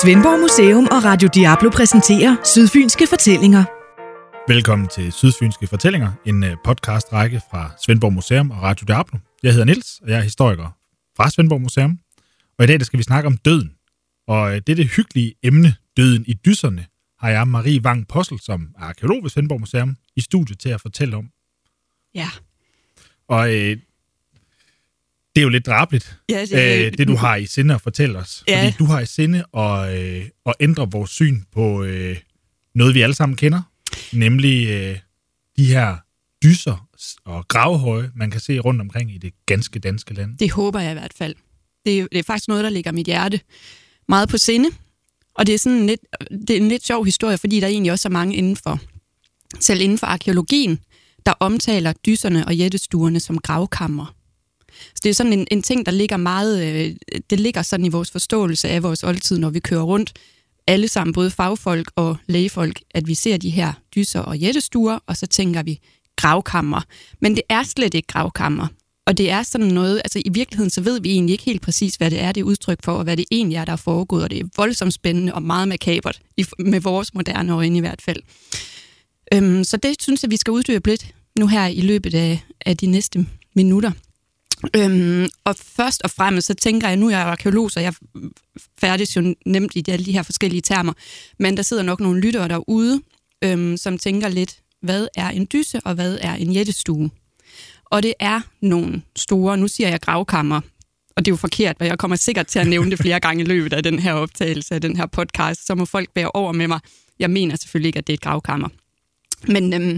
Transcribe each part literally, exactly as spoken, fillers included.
Svendborg Museum og Radio Diablo præsenterer Sydfynske Fortællinger. Velkommen til Sydfynske Fortællinger, en podcastrække fra Svendborg Museum og Radio Diablo. Jeg hedder Niels, og jeg er historiker fra Svendborg Museum. Og i dag der skal vi snakke om døden. Og dette hyggelige emne, døden i dysserne, har jeg Marie Wang Possel, som er arkeolog ved Svendborg Museum, i studiet til at fortælle om. Ja. Og øh, det er jo lidt drabeligt, ja, det, øh, det du har i sinde at fortælle os. Ja. Fordi du har i sinde at, øh, at ændre vores syn på øh, noget, vi alle sammen kender. Nemlig øh, de her dysser og gravhøje, man kan se rundt omkring i det ganske danske land. Det håber jeg i hvert fald. Det er, det er faktisk noget, der ligger mit hjerte meget på sinde. Og det er, sådan lidt, det er en lidt sjov historie, fordi der er egentlig også er mange indenfor, selv inden for arkeologien, der omtaler dysserne og jættestuerne som gravkammer. Så det er sådan en, en ting, der ligger meget, øh, det ligger sådan i vores forståelse af vores oldtid, når vi kører rundt, alle sammen, både fagfolk og lægefolk, at vi ser de her dysser og jættestuer, og så tænker vi gravkammer. Men det er slet ikke gravkammer. Og det er sådan noget, altså i virkeligheden, så ved vi egentlig ikke helt præcis, hvad det er, det er udtryk for, og hvad det egentlig er, der er foregået, og det er voldsomt spændende og meget makabert, med vores moderne øjne i hvert fald. Øhm, så det synes jeg, vi skal uddybe lidt nu her i løbet af, af de næste minutter. Øhm, og først og fremmest, så tænker jeg, nu er jeg arkeolog, så jeg færdes jo nemt i alle de her forskellige termer, men der sidder nok nogle lyttere derude, øhm, som tænker lidt, hvad er en dysse, og hvad er en jættestue? Og det er nogle store, nu siger jeg gravkammer, og det er jo forkert, og jeg kommer sikkert til at nævne det flere gange i løbet af den her optagelse af den her podcast, så må folk bære over med mig. Jeg mener selvfølgelig ikke, at det er et gravkammer. Men, øhm,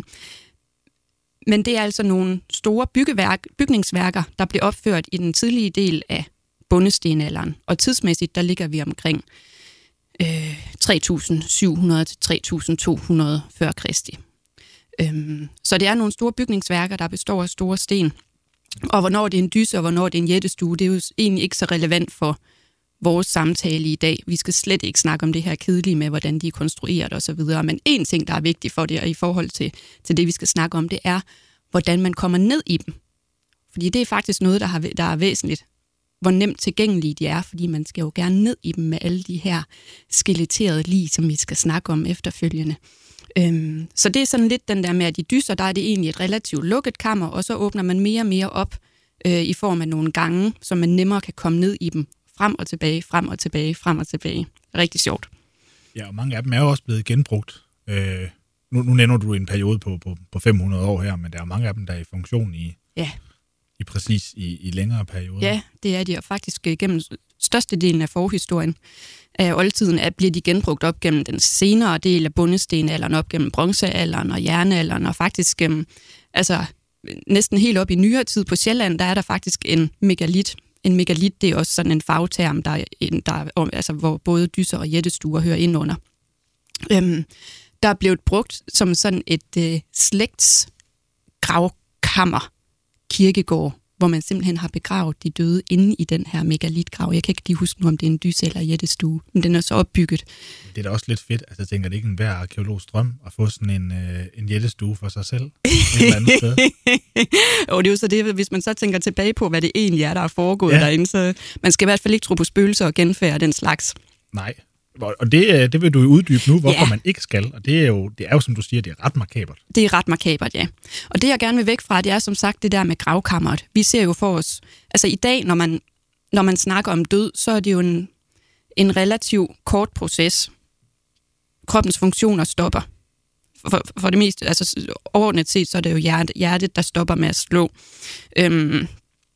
men det er altså nogle store byggeværk, bygningsværker, der blev opført i den tidlige del af bondestenalderen. Og tidsmæssigt, der ligger vi omkring øh, tre tusind syv hundrede til tre tusind to hundrede før Kristi. Øhm, så det er nogle store bygningsværker, der består af store sten. Og hvornår det er en dysse, og hvornår det er en jættestue, det er jo egentlig ikke så relevant for vores samtale i dag. Vi skal slet ikke snakke om det her kedelige med, hvordan de er konstrueret og så videre. Men en ting, der er vigtig for det, og i forhold til, til det, vi skal snakke om, det er, hvordan man kommer ned i dem. Fordi det er faktisk noget, der, har, der er væsentligt. Hvor nemt tilgængelige de er, fordi man skal jo gerne ned i dem med alle de her skeletterede lig, som vi skal snakke om efterfølgende. Øhm, så det er sådan lidt den der med, at de dysser, der er det egentlig et relativt lukket kammer, og så åbner man mere og mere op øh, i form af nogle gange, så man nemmere kan komme ned i dem. Frem og tilbage, frem og tilbage, frem og tilbage. Rigtig sjovt. Ja, og mange af dem er jo også blevet genbrugt. Øh, nu, nu nævner du en periode på, på, på fem hundrede år her, men der er mange af dem, der er i funktion i, ja. i præcis i, i længere perioder. Ja, det er de, og faktisk gennem størstedelen af forhistorien af oldtiden at bliver de genbrugt op gennem den senere del af bondestenalderen, op gennem bronzealderen og jernalderen, og faktisk gennem, altså næsten helt op i nyere tid på Sjælland, der er der faktisk en megalit. En megalit, det er også sådan en fagterm, der, der, altså, hvor både dysser og jættestuer hører ind under. Øhm, der er blevet brugt som sådan et øh, slægtsgravkammer, kirkegård, hvor man simpelthen har begravet de døde inde i den her megalitgrav. Jeg kan ikke lige huske nu, om det er en dysse eller jættestue, men den er så opbygget. Det er da også lidt fedt. Altså, jeg tænker, det er ikke en hver arkeologs drøm at få sådan en, øh, en jættestue for sig selv et eller andet sted. Og det er jo så det, hvis man så tænker tilbage på, hvad det egentlig er, der er foregået ja. derinde, så man skal i hvert fald ikke tro på spøgelser og genfærd den slags. Nej, og det, det vil du jo uddybe nu, hvorfor ja. man ikke skal, og det er, jo, det er jo, som du siger, det er ret makabert. Det er ret makabert, ja. Og det, jeg gerne vil væk fra, det er som sagt det der med gravkammeret. Vi ser jo for os, altså i dag, når man, når man snakker om død, så er det jo en, en relativt kort proces. Kroppens funktioner stopper. For, for det meste, altså overordnet set, så er det jo hjertet, hjertet der stopper med at slå. Øhm,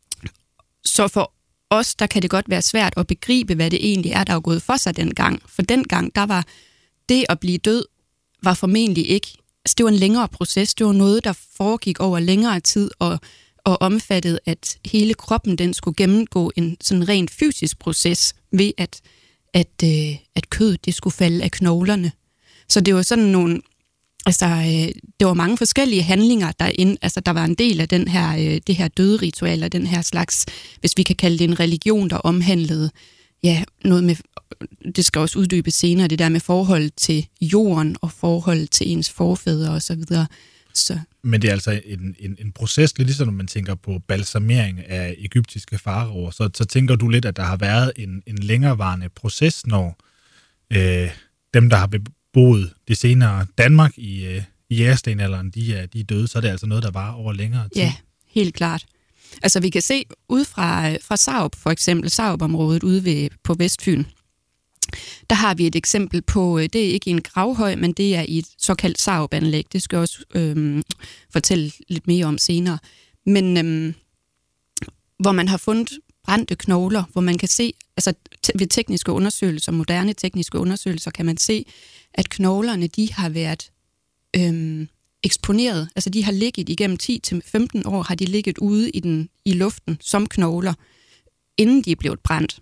så for os, der kan det godt være svært at begribe, hvad det egentlig er, der er gået for sig dengang. For dengang, der var det at blive død, var formentlig ikke, altså det var en længere proces, det var noget, der foregik over længere tid, og, og omfattede, at hele kroppen, den skulle gennemgå en sådan rent fysisk proces, ved at, at, øh, at kødet, det skulle falde af knoglerne. Så det var sådan nogle, altså øh, det var mange forskellige handlinger derinde, altså der var en del af den her, øh, det her døderitual, og den her slags, hvis vi kan kalde det en religion, der omhandlede, ja, noget med, det skal også uddybes senere, det der med forhold til jorden, og forhold til ens forfædre og så videre. Så. Men det er altså en, en, en proces, lidt ligesom når man tænker på balsamering af egyptiske faraoer, så, så tænker du lidt, at der har været en, en længerevarende proces, når øh, dem, der har beboet det senere Danmark i, øh, i jægerstenalderen, de er, de er døde, så er det altså noget, der var over længere tid. Ja, helt klart. Altså vi kan se ud fra, fra Saup, for eksempel Saup-området ude ved, på Vestfyn, der har vi et eksempel på, det er ikke i en gravhøj, men det er i et såkaldt Saup-anlæg. Det skal jeg også øhm, fortælle lidt mere om senere. Men øhm, hvor man har fundet brændte knogler, hvor man kan se, altså t- ved tekniske undersøgelser, moderne tekniske undersøgelser, kan man se, at knoglerne, de har været øhm, eksponeret. Altså de har ligget igennem ti til femten år, har de ligget ude i, den, i luften som knogler, inden de er blevet brændt.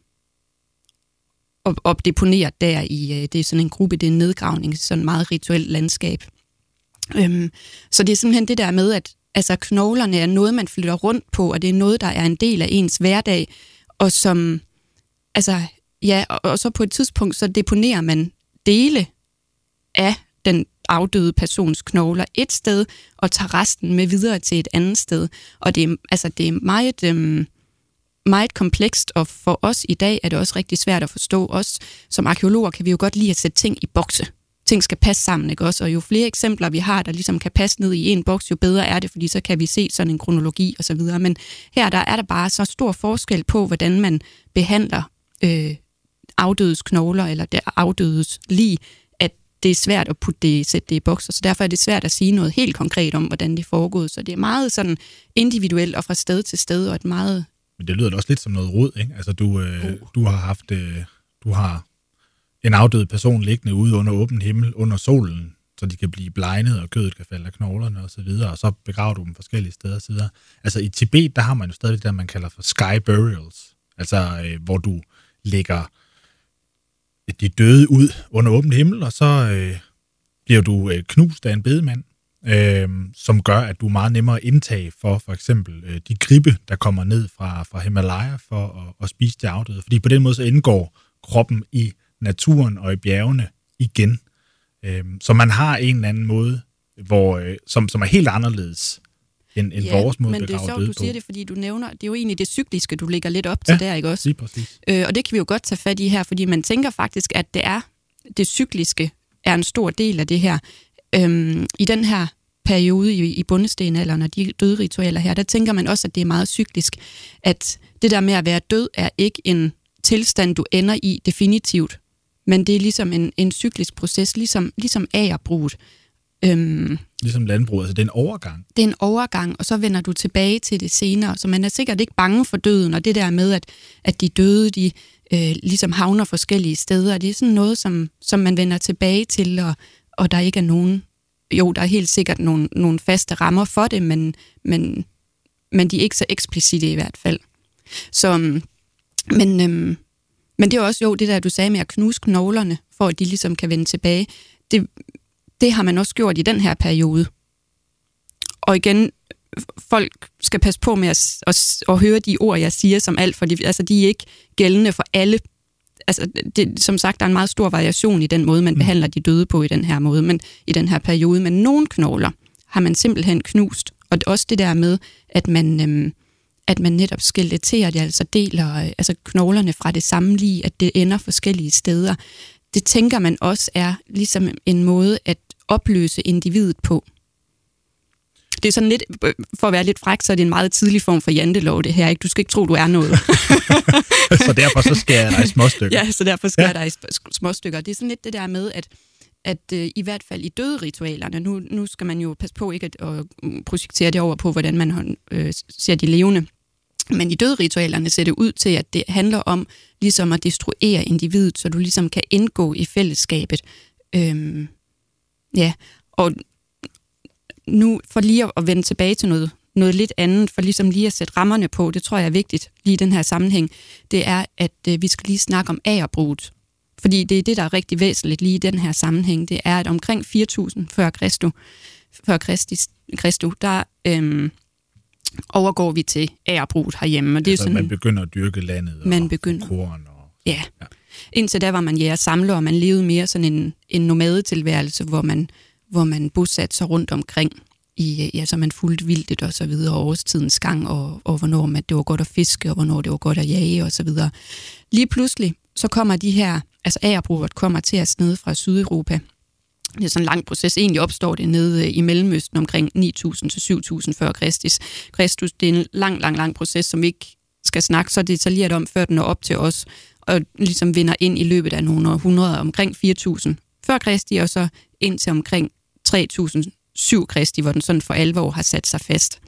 Og, og deponeret der i, det er sådan en gruppe, det er en nedgravning, sådan en meget rituelt landskab. Øhm, så det er simpelthen det der med, at altså, knoglerne er noget, man flytter rundt på, og det er noget, der er en del af ens hverdag, og som, altså, ja, og, og så på et tidspunkt, så deponerer man dele af den afdøde persons knogler et sted, og tager resten med videre til et andet sted. Og det er, altså, det er meget, øhm, meget komplekst, og for os i dag er det også rigtig svært at forstå. Os som arkeologer kan vi jo godt lide at sætte ting i bokse. Ting skal passe sammen, ikke også? Og jo flere eksempler vi har, der ligesom kan passe ned i en boks, jo bedre er det, fordi så kan vi se sådan en kronologi og så videre. Men her der er der bare så stor forskel på, hvordan man behandler øh, afdødes knogler, eller der afdødes lig, at det er svært at putte det, sætte det i bokser. Så derfor er det svært at sige noget helt konkret om, hvordan det foregår. Så det er meget sådan individuelt og fra sted til sted, og et meget... Men det lyder da også lidt som noget rod, ikke? Altså du, øh, oh. du har haft... Øh, du har... en afdød person liggende ude under åben himmel under solen, så de kan blive blegnet, og kødet kan falde af knoglerne og så videre, og så begraver du dem forskellige steder og så videre. Altså i Tibet, der har man jo stadig det der, man kalder for sky burials, altså øh, hvor du lægger de døde ud under åben himmel, og så øh, bliver du øh, knust af en bedemand, øh, som gør, at du er meget nemmere indtage for for eksempel øh, de gribbe, der kommer ned fra, fra Himalaya for at, at spise de afdøde. Fordi på den måde så indgår kroppen i naturen og i bjergene igen. Øhm, så man har en eller anden måde, hvor, øh, som, som er helt anderledes end, end ja, vores måde men at det er sjovt, du på. siger det, fordi du nævner, det er jo egentlig det cykliske, du lægger lidt op til ja, der, ikke også? lige præcis. Øh, og det kan vi jo godt tage fat i her, fordi man tænker faktisk, at det er det cykliske er en stor del af det her. Øhm, I den her periode i, i bundestenalderen og de døde ritualer her, der tænker man også, at det er meget cyklisk, at det der med at være død er ikke en tilstand, du ender i definitivt, men det er ligesom en, en cyklisk proces, ligesom, ligesom agerbruget. Øhm, ligesom landbruget, altså det er en overgang. Det er en overgang, og så vender du tilbage til det senere, så man er sikkert ikke bange for døden, og det der med, at, at de døde, de øh, ligesom havner forskellige steder, det er sådan noget, som, som man vender tilbage til, og, og der ikke er nogen, jo, der er helt sikkert nogle, nogle faste rammer for det, men, men, men de er ikke så eksplicite i hvert fald. Så, men... Øhm, Men det er også jo det der, du sagde med at knuse knoglerne, for at de ligesom kan vende tilbage. Det, det har man også gjort i den her periode. Og igen, folk skal passe på med at, at, at høre de ord, jeg siger som alt, for de, altså, de er ikke gældende for alle. Altså, det, som sagt, der er en meget stor variation i den måde, man mm. behandler de døde på i den her måde, men i den her periode. Men nogle knogler har man simpelthen knust. Og også det der med, at man... Øhm, at man netop skeleterer det, altså deler altså knoglerne fra det samme lig, at det ender forskellige steder. Det tænker man også er ligesom en måde at opløse individet på. Det er sådan lidt, for at være lidt fræk, så er det en meget tidlig form for jantelov, det her. Ikke? Du skal ikke tro, du er noget. Så derfor så skærer jeg dig i småstykker. Ja, så derfor skærer jeg dig i småstykker. Det er sådan lidt det der med, at at øh, i hvert fald i døde ritualerne, nu, nu skal man jo passe på ikke at, at projektere det over på, hvordan man øh, ser de levende. Men i døde ritualerne ser det ud til, at det handler om ligesom at destruere individet, så du ligesom kan indgå i fællesskabet. Øhm, ja, og nu for lige at vende tilbage til noget, noget lidt andet, for ligesom lige at sætte rammerne på, det tror jeg er vigtigt lige i den her sammenhæng, det er, at øh, vi skal lige snakke om agerbruget. Fordi det er det, der er rigtig væsentligt lige i den her sammenhæng, det er, at omkring fire tusind før Kristus, før Kristus, Kristus der øhm, overgår vi til agerbruget herhjemme. Og det altså, er sådan, man begynder at dyrke landet man og begynder, korn. Og, ja. ja. Indtil da var man jæger samler, og man levede mere sådan en, en nomadetilværelse, hvor man, hvor man bosatte sig rundt omkring. I, ja, så man fulgte vildtet og så videre, årstidens gang, og, og hvornår man, det var godt at fiske, og hvornår det var godt at jage og så videre. Lige pludselig, så kommer de her altså agerbrugert kommer til os nede fra Sydeuropa. Det er sådan en lang proces. Egentlig opstår det nede i Mellemøsten omkring ni tusind til syv tusind før Kristus. Kristus, det er en lang, lang, lang proces, som vi ikke skal snakke så detaljeret om, før den når op til os, og ligesom vinder ind i løbet af nogle århundreder omkring fire tusind før Kristi, og så ind til omkring tre tusind syv Kristi, hvor den sådan for alvor har sat sig fast.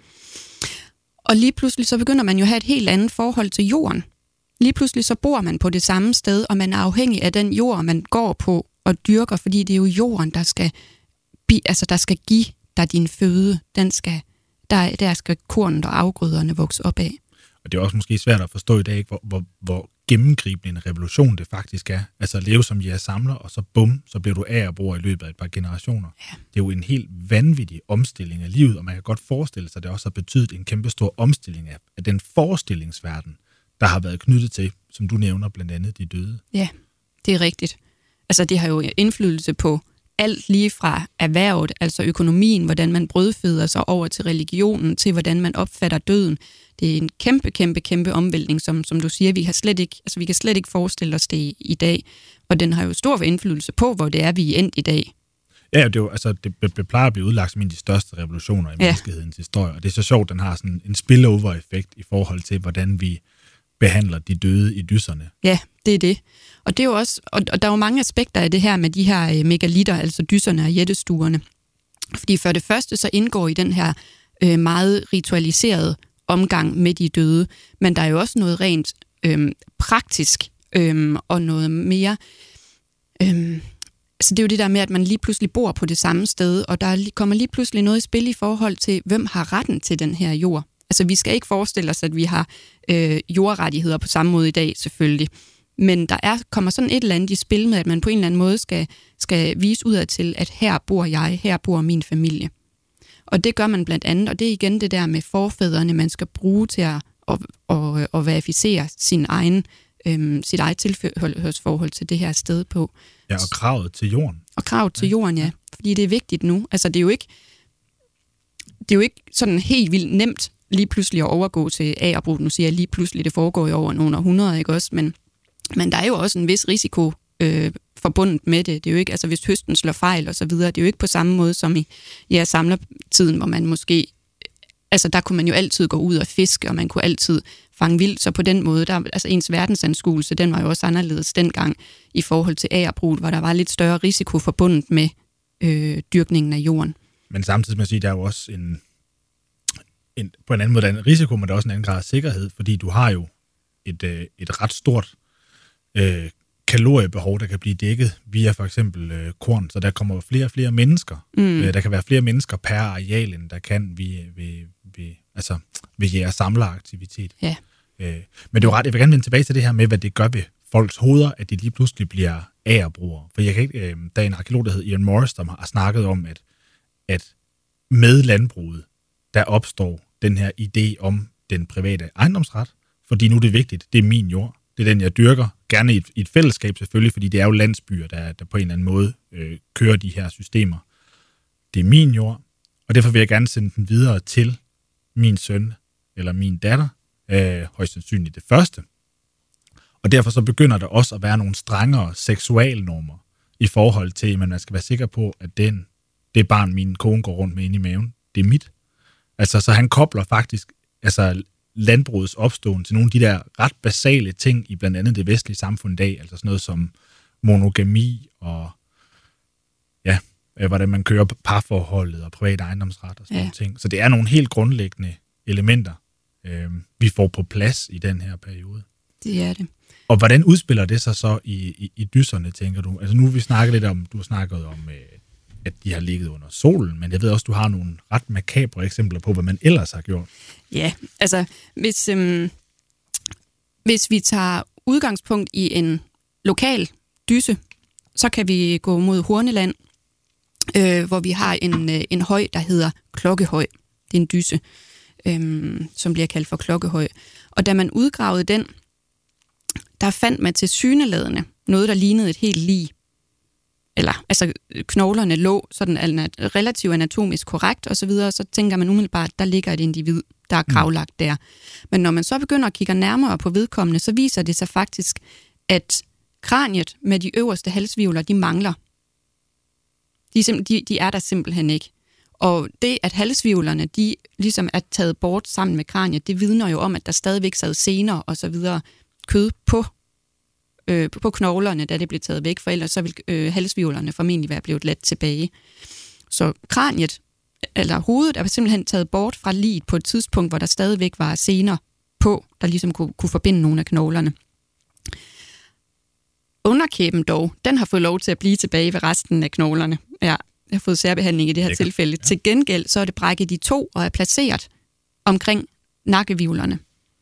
Og lige pludselig så begynder man jo at have et helt andet forhold til jorden. Lige pludselig så bor man på det samme sted, og man er afhængig af den jord, man går på og dyrker, fordi det er jo jorden, der skal, altså der skal give dig din føde. Den skal, der, der skal kornet og afgrøderne vokse op af. Og det er også måske svært at forstå i dag, hvor, hvor, hvor gennemgribende en revolution det faktisk er. Altså at leve som jeres samler, og så bum, så bliver du agerbruger i løbet af et par generationer. Ja. Det er jo en helt vanvittig omstilling af livet, og man kan godt forestille sig, at det også har betydet en kæmpe stor omstilling af, af den forestillingsverden, der har været knyttet til, som du nævner, blandt andet de døde. Ja, det er rigtigt. Altså det har jo indflydelse på alt lige fra erhvervet, altså økonomien, hvordan man brødføder sig over til religionen, til hvordan man opfatter døden. Det er en kæmpe, kæmpe, kæmpe omvæltning, som, som du siger, vi har slet ikke, altså vi kan slet ikke forestille os det i, i dag. Og den har jo stor indflydelse på, hvor det er, vi er endt i dag. Ja, det, er jo, altså, det, det plejer at blive udlagt som en af de største revolutioner i ja. menneskehedens historie, og det er så sjovt, den har sådan en spillover-effekt i forhold til, hvordan vi behandler de døde i dysserne. Ja, det er det. Og det er jo også, og, og der er jo mange aspekter af det her med de her megalitter, altså dysserne og jættestuerne. Fordi for det første så indgår i den her øh, meget ritualiserede omgang med de døde, men der er jo også noget rent øh, praktisk øh, og noget mere. Øh, så det er jo det der med, at man lige pludselig bor på det samme sted, og der kommer lige pludselig noget i spil i forhold til, hvem har retten til den her jord. Altså vi skal ikke forestille os, at vi har øh, jordrettigheder på samme måde i dag, selvfølgelig. Men der er, kommer sådan et eller andet i spil med, at man på en eller anden måde skal, skal vise udad til, at her bor jeg, her bor min familie. Og det gør man blandt andet, og det er igen det der med forfædrene, man skal bruge til at, at, at, at verificere sin egen, øhm, sit eget tilhørsforhold til det her sted på. Ja, og kravet til jorden. Og kravet til jorden, ja. Fordi det er vigtigt nu. Altså det er jo ikke, det er jo ikke sådan helt vildt nemt lige pludselig at overgå til agerbrug. Nu siger jeg lige pludselig, det foregår i over nogle århundreder, ikke også? Men, men der er jo også en vis risiko øh, forbundet med det. Det er jo ikke, altså hvis høsten slår fejl og så videre, det er jo ikke på samme måde som i ja, samlertiden, hvor man måske, altså der kunne man jo altid gå ud og fiske, og man kunne altid fange vildt, så på den måde, der, altså ens verdensanskuelse, den var jo også anderledes dengang i forhold til agerbrug, hvor der var lidt større risiko forbundet med øh, dyrkningen af jorden. Men samtidig med at sige, der er jo også en, en på en anden måde, der er en risiko, men der er også en anden grad af sikkerhed, fordi du har jo et, øh, et ret stort øh, kaloriebehov, der kan blive dækket via for eksempel øh, korn, så der kommer flere og flere mennesker. Mm. Øh, der kan være flere mennesker per areal, end der kan ved, ved, ved, altså, ved jeres samleraktivitet. Ja. Øh, men det er jo ret, jeg vil gerne vende tilbage til det her med, hvad det gør ved folks hoveder, at de lige pludselig bliver agerbrugere. For jeg kan ikke, øh, der er en arkeolog, der hedder Ian Morris, der har snakket om, at, at med landbruget, der opstår den her idé om den private ejendomsret, fordi nu er det vigtigt, det er min jord, det er den, jeg dyrker, gerne i et, i et fællesskab selvfølgelig, fordi det er jo landsbyer, der, der på en eller anden måde øh, kører de her systemer. Det er min jord, og derfor vil jeg gerne sende den videre til min søn eller min datter, øh, højst sandsynligt det første. Og derfor så begynder der også at være nogle strengere seksualnormer i forhold til, at man skal være sikker på, at den, det barn, min kone går rundt med inde i maven, det er mit. Altså, så han kobler faktisk altså, landbrugets opståen til nogle af de der ret basale ting i blandt andet det vestlige samfund i dag, altså sådan noget som monogami og ja, hvordan man kører parforholdet og privat ejendomsret og sådan ja. nogle ting. Så det er nogle helt grundlæggende elementer, øh, vi får på plads i den her periode. Det er det. Og hvordan udspiller det sig så i, i, i dysserne, tænker du? Altså nu har vi snakket lidt om, du har snakket om, øh, at de har ligget under solen, men jeg ved også, du har nogle ret makabre eksempler på, hvad man ellers har gjort. Ja, altså hvis, øhm, hvis vi tager udgangspunkt i en lokal dysse, så kan vi gå mod Horneland, øh, hvor vi har en, øh, en høj, der hedder Klokkehøj. Det er en dysse, øh, som bliver kaldt for Klokkehøj. Og da man udgravede den, der fandt man til syneladende noget, der lignede et helt lig. Eller, altså, knoglerne lå sådan relativt anatomisk korrekt, og så videre, så tænker man umiddelbart, at der ligger et individ, der er gravlagt der. Men når man så begynder at kigge nærmere på vedkommende, så viser det sig faktisk, at kraniet med de øverste halshvirvler, de mangler. De er, simp- de, de er der simpelthen ikke. Og det, at halshvirvlerne, de ligesom er taget bort sammen med kraniet, det vidner jo om, at der stadigvæk sad sener og så videre kød på, øh, på knoglerne, da det blev taget væk, for ellers så vil øh, halshvirvlerne formentlig være blevet let tilbage. Så kraniet, eller hovedet, er simpelthen taget bort fra liget på et tidspunkt, hvor der stadigvæk var sener på, der ligesom kunne, kunne forbinde nogle af knoglerne. Underkæben dog, den har fået lov til at blive tilbage ved resten af knoglerne. Ja, jeg har fået særbehandling i det her Lækker. tilfælde. Ja. Til gengæld så er det brækket i to og er placeret omkring nakkevivlerne.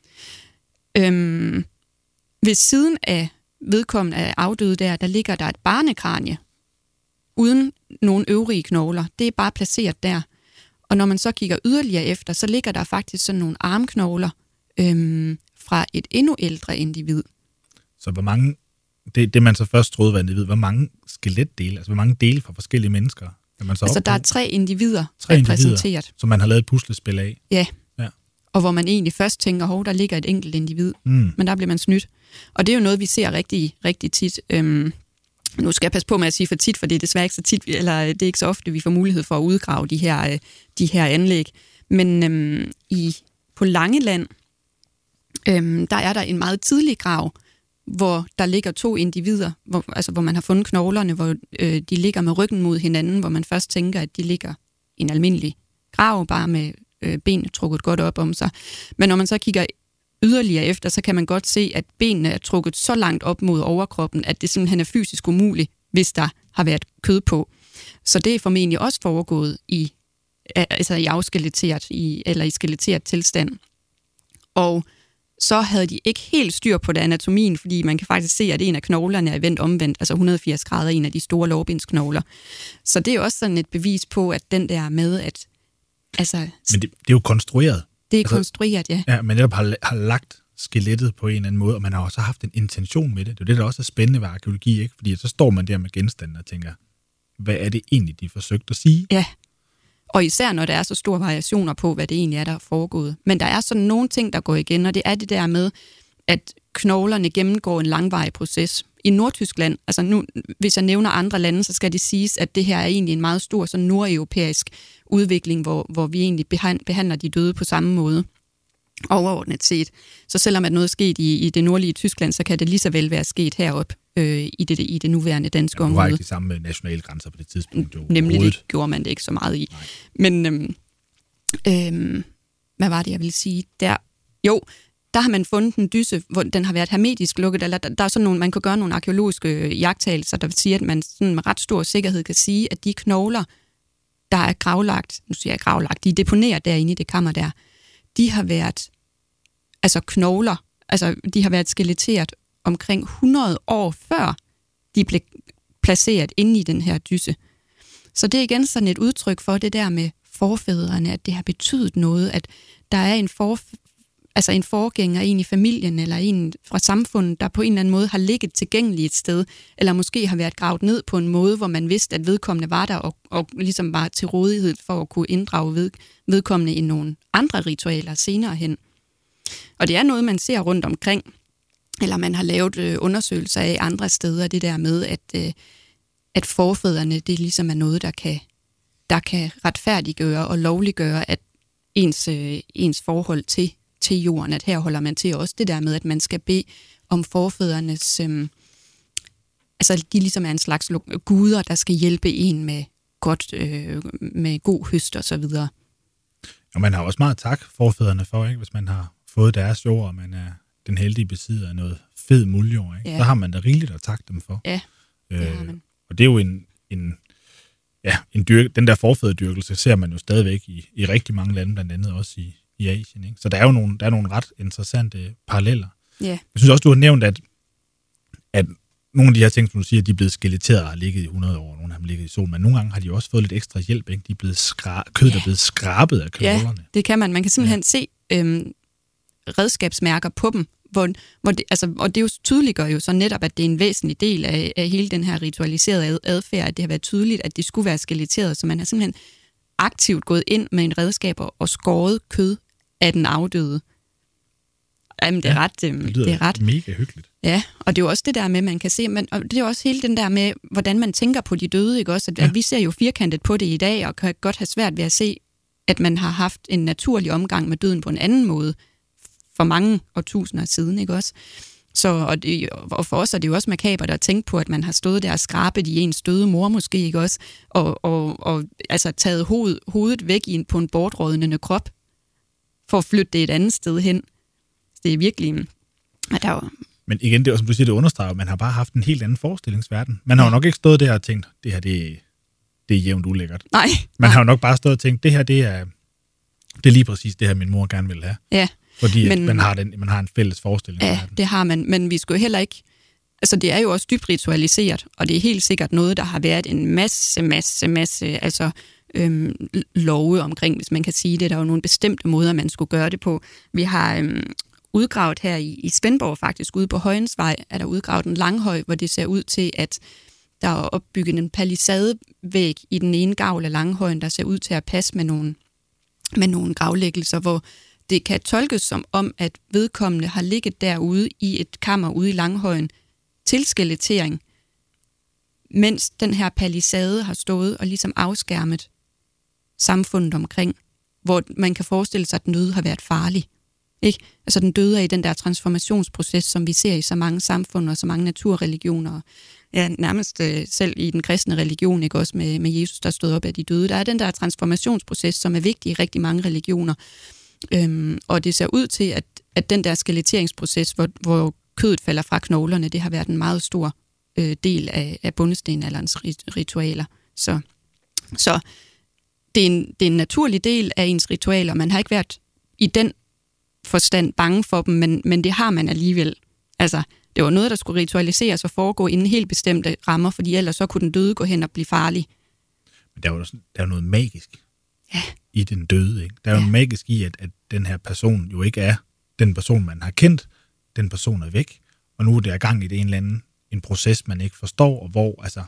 Øhm, ved siden af vedkommende af afdøde der, der ligger der et barnekranie uden nogle øvrige knogler. Det er bare placeret der. Og når man så kigger yderligere efter, så ligger der faktisk sådan nogle armknogler øhm, fra et endnu ældre individ. Så hvor mange, det, det man så først troede var individ, hvor mange skeletdele, altså hvor mange dele fra forskellige mennesker er man så Altså op der på? er tre individer tre repræsenteret. Individer, som man har lavet et puslespil af. Ja. ja. Og hvor man egentlig først tænker, hov, der ligger et enkelt individ, mm. men der bliver man snydt. Og det er jo noget, vi ser rigtig, rigtig tit. Øhm, nu skal jeg passe på med at sige for tit, for det er desværre ikke så tit, eller det er ikke så ofte, vi får mulighed for at udgrave de her, øh, de her anlæg. Men øhm, i, på Langeland, øhm, der er der en meget tidlig grav, hvor der ligger to individer, hvor, altså hvor man har fundet knoglerne, hvor øh, de ligger med ryggen mod hinanden, hvor man først tænker, at de ligger i en almindelig grav, bare med øh, benene trukket godt op om sig. Men når man så kigger yderligere efter, så kan man godt se, at benene er trukket så langt op mod overkroppen, at det simpelthen er fysisk umuligt, hvis der har været kød på. Så det er formentlig også foregået i, altså i afskeletteret, i, eller i skeletteret tilstand. Og så havde de ikke helt styr på det anatomien, fordi man kan faktisk se, at en af knoglerne er vendt omvendt, altså et hundrede og firs grader, en af de store lårbensknogler. Så det er også sådan et bevis på, at den der med, at... Altså, men det, det er jo konstrueret. Det er altså, konstrueret, ja. Ja, men netop har, har lagt skelettet på en eller anden måde, og man har også haft en intention med det. Det er jo det, der også er spændende ved arkeologi, ikke? Fordi så står man der med genstanden og tænker, hvad er det egentlig, de forsøgte at sige? Ja, og især når der er så store variationer på, hvad det egentlig er, der er foregået. Men der er sådan nogle ting, der går igen, og det er det der med, at knoglerne gennemgår en langvarig proces. I Nordtyskland, altså nu, hvis jeg nævner andre lande, så skal det siges, at det her er egentlig en meget stor sådan nordeuropæisk udvikling, hvor, hvor vi egentlig behandler de døde på samme måde, overordnet set. Så selvom at noget er sket i, i det nordlige Tyskland, så kan det lige så vel være sket heroppe øh, i, det, i det nuværende danske område. Det var ikke de samme nationale grænser på det tidspunkt. Jo, Nemlig det gjorde man det ikke så meget i. Nej. Men øhm, øhm, hvad var det, jeg ville sige? Der, jo, der har man fundet en dysse, hvor den har været hermetisk lukket, eller der, der er sådan nogle, man kan gøre nogle arkeologiske iagttagelser, der vil sige, at man sådan med ret stor sikkerhed kan sige, at de knogler, der er gravlagt, nu siger jeg gravlagt, de er deponeret derinde i det kammer der, de har været, altså knogler, altså de har været skeletteret omkring hundrede år før de blev placeret inde i den her dysse. Så det er igen sådan et udtryk for det der med forfædrene, at det har betydet noget, at der er en, for, altså en forgænger, en i familien eller en fra samfundet, der på en eller anden måde har ligget tilgængelig et sted, eller måske har været gravet ned på en måde, hvor man vidste, at vedkommende var der og, og ligesom var til rådighed for at kunne inddrage ved, vedkommende i nogle andre ritualer senere hen. Og det er noget, man ser rundt omkring, eller man har lavet øh, undersøgelser af andre steder, det der med, at, øh, at forfædrene, det ligesom er noget, der kan, der kan retfærdiggøre og lovliggøre, at ens, øh, ens forhold til, til jorden, at her holder man til også det der med, at man skal bede om forfædrenes, øh, altså de ligesom er en slags guder, der skal hjælpe en med, godt, øh, med god høst og så videre. Og man har også meget tak forfædrene for, ikke? Hvis man har fået deres jord, og man er den heldige besidder af noget fed muldjord, ikke? Ja. Så har man da rigeligt at takke dem for. Ja, det øh, har man. Og det er jo en, en, ja, en dyrk, den der forfædredyrkelse ser man jo stadigvæk i, i rigtig mange lande, blandt andet også i, i Asien, ikke? Så der er jo nogle, der er nogle ret interessante paralleller. Ja. Jeg synes også, du har nævnt, at, at nogle af de her ting, som du siger, de er blevet skeletteret og har ligget i hundrede år, nogle har dem ligget i solen, men nogle gange har de også fået lidt ekstra hjælp, ikke? De er blevet skra- kødet ja. er blevet skrabet af knoglerne. Ja, det kan man. Man kan simpelthen ja. se øhm, redskabsmærker på dem, hvor, hvor det, altså, og det jo tydeliggør jo så netop, at det er en væsentlig del af, af hele den her ritualiserede adfærd, at det har været tydeligt, at de skulle være skeletteret, så man har simpelthen aktivt gået ind med en redskab og skåret kød af den afdøde. Jamen, det er ja, ret. Øh, det lyder det er ret. mega hyggeligt. Ja, og det er jo også det der med, man kan se, men, og det er også hele den der med, hvordan man tænker på de døde, ikke også? At, ja. at vi ser jo firkantet på det i dag, og kan godt have svært ved at se, at man har haft en naturlig omgang med døden på en anden måde for mange årtusinder siden, ikke også? Så, og, det, og for os er det jo også makabert at tænke på, at man har stået der og skrabet i ens døde mor måske, ikke også? Og, og, og altså taget hoved, hovedet væk i en, på en bortrådnende krop, for at flytte det et andet sted hen. Det er virkelig... At der jo... Men igen, det er, som du siger, det understreger, man har bare haft en helt anden forestillingsverden. Man har jo nok ikke stået der og tænkt, det her, det, det er jævnt ulækkert. Nej. Man nej. har jo nok bare stået og tænkt, det her, det er, det er lige præcis det her, min mor gerne vil have. Ja. Fordi men, man, har den, man har en fælles forestillingsverden. Ja, det har man, men vi skal jo heller ikke... Altså, det er jo også dybt ritualiseret, og det er helt sikkert noget, der har været en masse, masse, masse... Altså, øhm, love omkring, hvis man kan sige det. Der er jo nogle bestemte måder, man skulle gøre det på. Vi har... Øhm, udgravet her i, i Svendborg faktisk, ude på Højensvej, er der udgravet en langhøj, hvor det ser ud til, at der er opbygget en palisadevæg i den ene gavl af langhøjen, der ser ud til at passe med nogle, med nogle gravlæggelser, hvor det kan tolkes som om, at vedkommende har ligget derude i et kammer ude i langhøjen til skelettering, mens den her palisade har stået og ligesom afskærmet samfundet omkring, hvor man kan forestille sig, at den døde har været farlig. Ikke? Altså den døde er i den der transformationsproces, som vi ser i så mange samfund og så mange naturreligioner. Ja, nærmest øh, selv i den kristne religion, ikke også med, med Jesus, der stod op af de døde. Der er den der transformationsproces, som er vigtig i rigtig mange religioner. Øhm, og det ser ud til, at, at den der skeletteringsproces, hvor, hvor kødet falder fra knoglerne, det har været en meget stor øh, del af, af bundestenalderens ritualer. Så, så det, er en, det er en naturlig del af ens ritualer. Man har ikke været i den forstand bange for dem, men, men det har man alligevel. Altså, det var noget, der skulle ritualiseres og foregå inden helt bestemte rammer, fordi ellers så kunne den døde gå hen og blive farlig. Men der er jo, der er noget magisk ja. i den døde, ikke? Der er jo ja. noget magisk i, at, at den her person jo ikke er den person, man har kendt. Den person er væk, og nu er det i gang i det en eller anden en proces, man ikke forstår, og hvor, altså,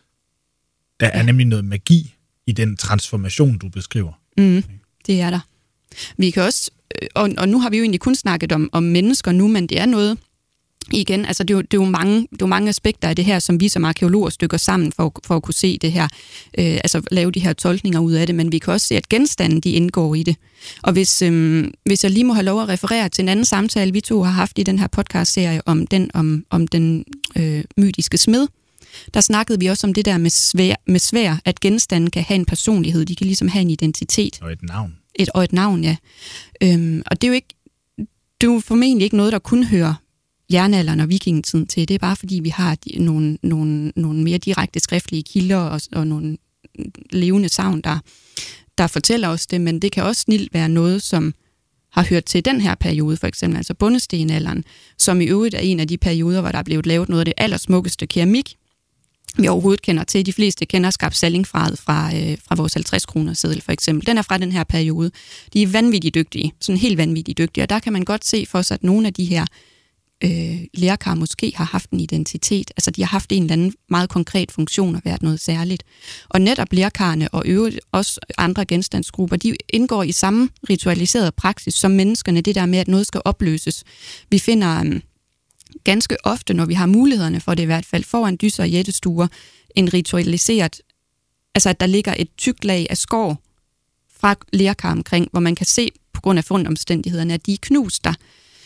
der er ja. nemlig noget magi i den transformation, du beskriver. Mm, det er der. Vi kan også Og, og nu har vi jo egentlig kun snakket om, om mennesker nu, men det er noget, igen, altså det er jo, det er jo, mange, det er jo mange aspekter af det her, som vi som arkeologer stykker sammen for, for at kunne se det her, øh, altså lave de her tolkninger ud af det, men vi kan også se, at genstanden, de indgår i det. Og hvis, øh, hvis jeg lige må have lov at referere til en anden samtale, vi to har haft i den her podcast-serie om den, om, om den øh, mytiske smed, der snakkede vi også om det der med svær, med svær, at genstanden kan have en personlighed, de kan ligesom have en identitet. Og et navn. Et, og et navn, ja. Øhm, og det er jo ikke, det er jo formentlig ikke noget, der kun hører jernalderen og vikingetiden til. Det er bare fordi, vi har nogle, nogle, nogle mere direkte skriftlige kilder og, og nogle levende sagn, der, der fortæller os det, men det kan også snilt være noget, som har hørt til den her periode, for eksempel altså bundestenalderen, som i øvrigt er en af de perioder, hvor der er blevet lavet noget af det allersmukkeste keramik, vi overhovedet kender til. De fleste kender skabsallingfraget fra, øh, fra vores halvtreds kroner seddel, for eksempel. Den er fra den her periode. De er vanvittigt dygtige, sådan helt vanvittigt dygtige, og der kan man godt se for sig, at nogle af de her øh, lerkar måske har haft en identitet. Altså, de har haft en eller anden meget konkret funktion og været noget særligt. Og netop lerkarne og øvrigt også andre genstandsgrupper, de indgår i samme ritualiseret praksis som menneskerne, det der med, at noget skal opløses. Vi finder... Øh, ganske ofte, når vi har mulighederne for det i hvert fald, foran dyser og jættestuer, en ritualiseret, altså at der ligger et tykt lag af skår fra lerkar omkring, hvor man kan se på grund af fundomstændighederne, at de er knust der.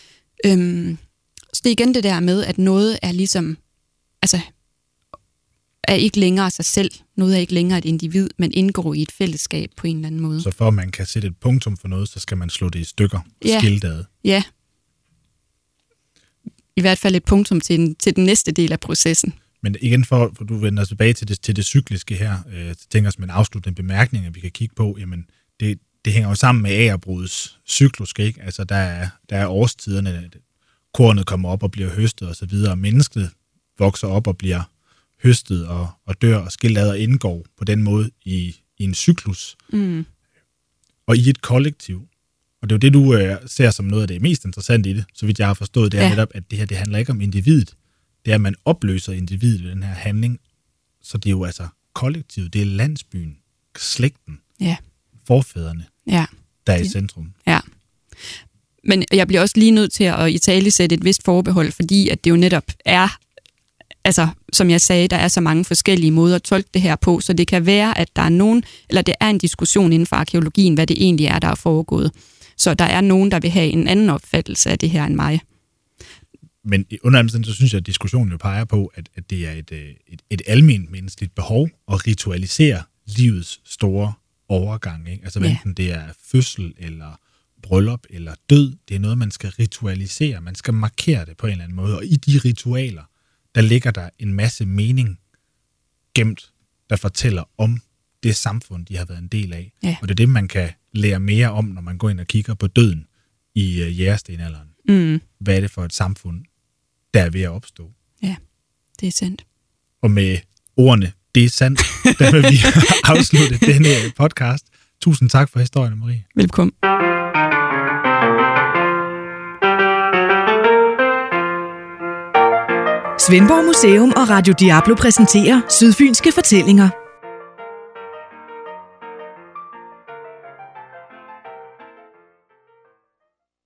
Øhm, så det er igen det der med, at noget er ligesom, altså er ikke længere sig selv, noget er ikke længere et individ, men indgår i et fællesskab på en eller anden måde. Så for at man kan sætte et punktum for noget, så skal man slå det i stykker, ja. skildret. Ja, i hvert fald et punktum til den, til den næste del af processen. Men igen, for, for du vender tilbage til det, til det cykliske her, øh, tænker jeg som en afsluttende bemærkning, at vi kan kigge på, jamen, det, det hænger jo sammen med agerbrudets cyklus, ikke? Altså, der er, der er årstiderne, kornet kommer op og bliver høstet og så videre, og mennesket vokser op og bliver høstet og, og dør, og skildret indgår på den måde i, i en cyklus. Mm. Og i et kollektiv. Og det er jo det, du øh, ser som noget af det mest interessante i det, så vidt jeg har forstået, det er ja. netop, at det her, det handler ikke om individet. Det er, at man opløser individet ved den her handling. Så det er jo altså kollektivet, det er landsbyen, slægten, ja. forfædrene, ja. der er i centrum. Ja. Men jeg bliver også lige nødt til at italesætte et vist forbehold, fordi at det jo netop er, altså som jeg sagde, der er så mange forskellige måder at tolke det her på, så det kan være, at der er nogen, eller det er en diskussion inden for arkæologien, hvad det egentlig er, der er foregået. Så der er nogen, der vil have en anden opfattelse af det her end mig. Men under andet, så synes jeg, at diskussionen jo peger på, at, at det er et, et, et alment menneskeligt behov at ritualisere livets store overgang. Ikke? Altså, ja. Enten det er fødsel, eller bryllup, eller død, det er noget, man skal ritualisere. Man skal markere det på en eller anden måde. Og i de ritualer, der ligger der en masse mening gemt, der fortæller om det samfund, de har været en del af. Ja. Og det er det, man kan lære mere om, når man går ind og kigger på døden i uh, jægerstenalderen. Mm. Hvad er det for et samfund, der er ved at opstå? Ja, det er sandt. Og med ordene, det er sandt, der vil vi afslutte denne podcast. Tusind tak for historien, Marie. Velkommen. Svendborg Museum og Radio Diablo præsenterer Sydfynske Fortællinger.